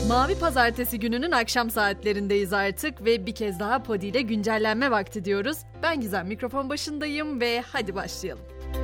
Mavi Pazartesi gününün akşam saatlerindeyiz artık ve bir kez daha Podi ile güncellenme vakti diyoruz. Ben Gizem, mikrofon başındayım ve hadi başlayalım.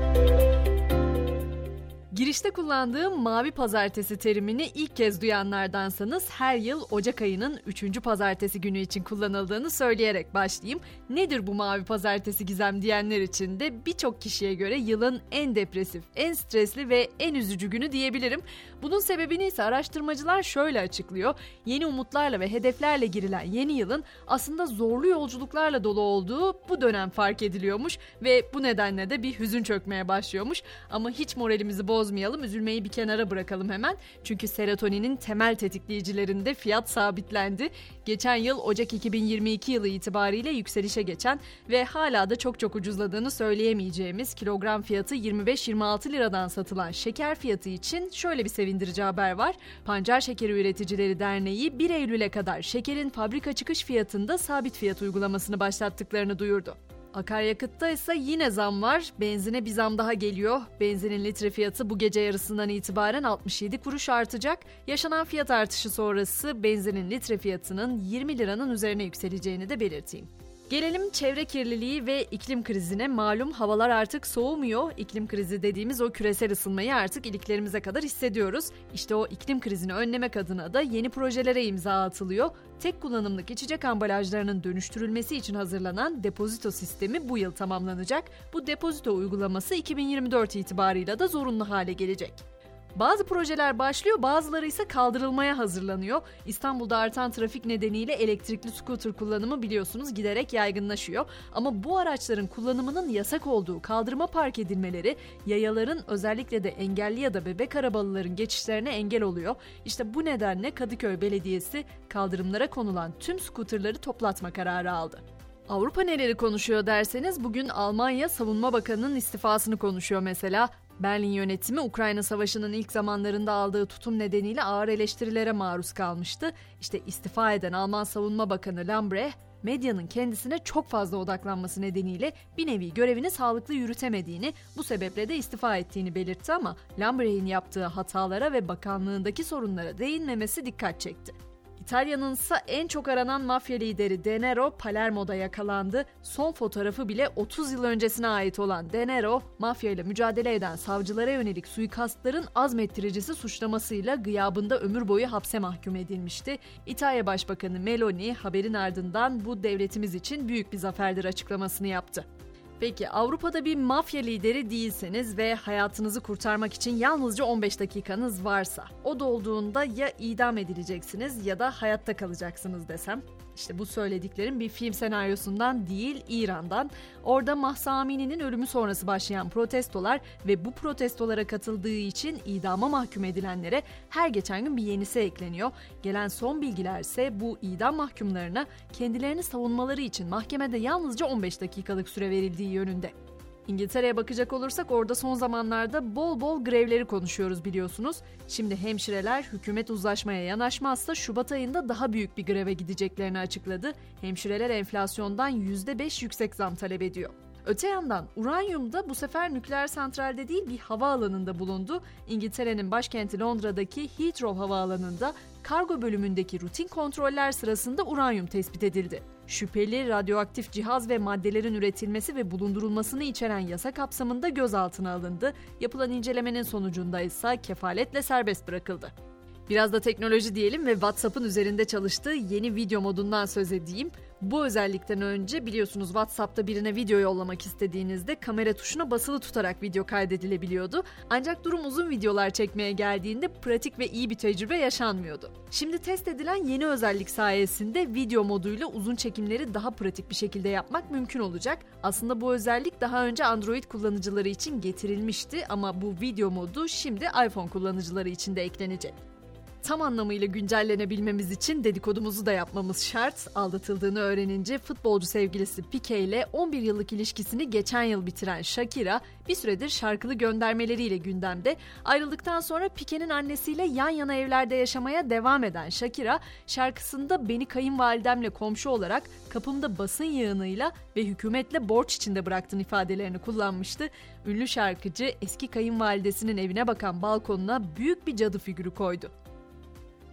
Girişte kullandığım Mavi Pazartesi terimini ilk kez duyanlardansanız her yıl Ocak ayının 3. pazartesi günü için kullanıldığını söyleyerek başlayayım. Nedir bu Mavi Pazartesi Gizem diyenler için de birçok kişiye göre yılın en depresif, en stresli ve en üzücü günü diyebilirim. Bunun sebebini ise araştırmacılar şöyle açıklıyor. Yeni umutlarla ve hedeflerle girilen yeni yılın aslında zorlu yolculuklarla dolu olduğu bu dönem fark ediliyormuş ve bu nedenle de bir hüzün çökmeye başlıyormuş. Ama hiç moralimizi bozmayalım, üzülmeyi bir kenara bırakalım hemen. Çünkü serotoninin temel tetikleyicilerinde fiyat sabitlendi. Geçen yıl Ocak 2022 yılı itibariyle yükselişe geçen ve hala da çok ucuzladığını söyleyemeyeceğimiz kilogram fiyatı 25-26 liradan satılan şeker fiyatı için şöyle bir sevindirici haber var. Pancar Şekeri Üreticileri Derneği 1 Eylül'e kadar şekerin fabrika çıkış fiyatında sabit fiyat uygulamasını başlattıklarını duyurdu. Akaryakıtta ise yine zam var. Benzine bir zam daha geliyor. Benzinin litre fiyatı bu gece yarısından itibaren 67 kuruş artacak. Yaşanan fiyat artışı sonrası benzinin litre fiyatının 20 liranın üzerine yükseleceğini de belirteyim. Gelelim çevre kirliliği ve iklim krizine. Malum havalar artık soğumuyor. İklim krizi dediğimiz o küresel ısınmayı artık iliklerimize kadar hissediyoruz. İşte o iklim krizini önlemek adına da yeni projelere imza atılıyor. Tek kullanımlık içecek ambalajlarının dönüştürülmesi için hazırlanan depozito sistemi bu yıl tamamlanacak. Bu depozito uygulaması 2024 itibarıyla da zorunlu hale gelecek. Bazı projeler başlıyor, bazıları ise kaldırılmaya hazırlanıyor. İstanbul'da artan trafik nedeniyle elektrikli scooter kullanımı biliyorsunuz giderek yaygınlaşıyor. Ama bu araçların kullanımının yasak olduğu kaldırıma park edilmeleri yayaların özellikle de engelli ya da bebek arabalıların geçişlerine engel oluyor. İşte bu nedenle Kadıköy Belediyesi kaldırımlara konulan tüm scooterları toplatma kararı aldı. Avrupa neleri konuşuyor derseniz bugün Almanya Savunma Bakanı'nın istifasını konuşuyor mesela. Berlin yönetimi Ukrayna Savaşı'nın ilk zamanlarında aldığı tutum nedeniyle ağır eleştirilere maruz kalmıştı. İşte istifa eden Alman Savunma Bakanı Lambrecht, medyanın kendisine çok fazla odaklanması nedeniyle bir nevi görevini sağlıklı yürütemediğini, bu sebeple de istifa ettiğini belirtti ama Lambrecht'in yaptığı hatalara ve bakanlığındaki sorunlara değinmemesi dikkat çekti. İtalya'nın ise en çok aranan mafya lideri Denaro Palermo'da yakalandı. Son fotoğrafı bile 30 yıl öncesine ait olan Denaro, mafya ile mücadele eden savcılara yönelik suikastların azmettiricisi suçlamasıyla gıyabında ömür boyu hapse mahkum edilmişti. İtalya Başbakanı Meloni haberin ardından bu devletimiz için büyük bir zaferdir açıklamasını yaptı. Peki Avrupa'da bir mafya lideri değilseniz ve hayatınızı kurtarmak için yalnızca 15 dakikanız varsa, o dolduğunda ya idam edileceksiniz ya da hayatta kalacaksınız desem? İşte bu söylediklerim bir film senaryosundan değil, İran'dan. Orada Mahsa Amini'nin ölümü sonrası başlayan protestolar ve bu protestolara katıldığı için idama mahkum edilenlere her geçen gün bir yenisi ekleniyor. Gelen son bilgiler ise bu idam mahkumlarına kendilerini savunmaları için mahkemede yalnızca 15 dakikalık süre verildiği yönünde. İngiltere'ye bakacak olursak orada son zamanlarda bol bol grevleri konuşuyoruz biliyorsunuz. Şimdi hemşireler hükümet uzlaşmaya yanaşmazsa Şubat ayında daha büyük bir greve gideceklerini açıkladı. Hemşireler enflasyondan %5 yüksek zam talep ediyor. Öte yandan uranyum da bu sefer nükleer santralde değil bir havaalanında bulundu. İngiltere'nin başkenti Londra'daki Heathrow havaalanında kargo bölümündeki rutin kontroller sırasında uranyum tespit edildi. Şüpheli radyoaktif cihaz ve maddelerin üretilmesi ve bulundurulmasını içeren yasa kapsamında gözaltına alındı. Yapılan incelemenin sonucunda ise kefaletle serbest bırakıldı. Biraz da teknoloji diyelim ve WhatsApp'ın üzerinde çalıştığı yeni video modundan söz edeyim. Bu özellikten önce biliyorsunuz WhatsApp'ta birine video yollamak istediğinizde kamera tuşuna basılı tutarak video kaydedilebiliyordu. Ancak durum uzun videolar çekmeye geldiğinde pratik ve iyi bir tecrübe yaşanmıyordu. Şimdi test edilen yeni özellik sayesinde video moduyla uzun çekimleri daha pratik bir şekilde yapmak mümkün olacak. Aslında bu özellik daha önce Android kullanıcıları için getirilmişti ama bu video modu şimdi iPhone kullanıcıları için de eklenecek. Tam anlamıyla güncellenebilmemiz için dedikodumuzu da yapmamız şart. Aldatıldığını öğrenince futbolcu sevgilisi Pique ile 11 yıllık ilişkisini geçen yıl bitiren Shakira bir süredir şarkılı göndermeleriyle gündemde. Ayrıldıktan sonra Pique'nin annesiyle yan yana evlerde yaşamaya devam eden Shakira şarkısında beni kayınvalidemle komşu olarak kapımda basın yığınıyla ve hükümetle borç içinde bıraktın ifadelerini kullanmıştı. Ünlü şarkıcı eski kayınvalidesinin evine bakan balkonuna büyük bir cadı figürü koydu.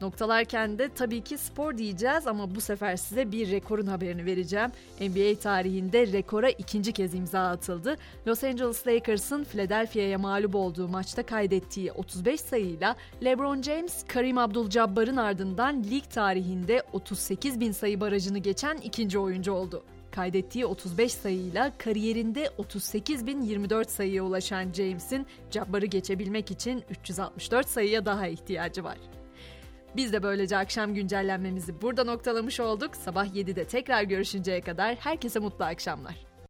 Noktalarken de tabii ki spor diyeceğiz ama bu sefer size bir rekorun haberini vereceğim. NBA tarihinde rekora ikinci kez imza atıldı. Los Angeles Lakers'ın Philadelphia'ya mağlup olduğu maçta kaydettiği 35 sayıyla LeBron James, Kareem Abdul-Jabbar'ın ardından lig tarihinde 38 bin sayı barajını geçen ikinci oyuncu oldu. Kaydettiği 35 sayıyla kariyerinde 38.024 sayıya ulaşan James'in Jabbar'ı geçebilmek için 364 sayıya daha ihtiyacı var. Biz de böylece akşam güncellenmemizi burada noktalamış olduk. Sabah 7'de tekrar görüşünceye kadar herkese mutlu akşamlar.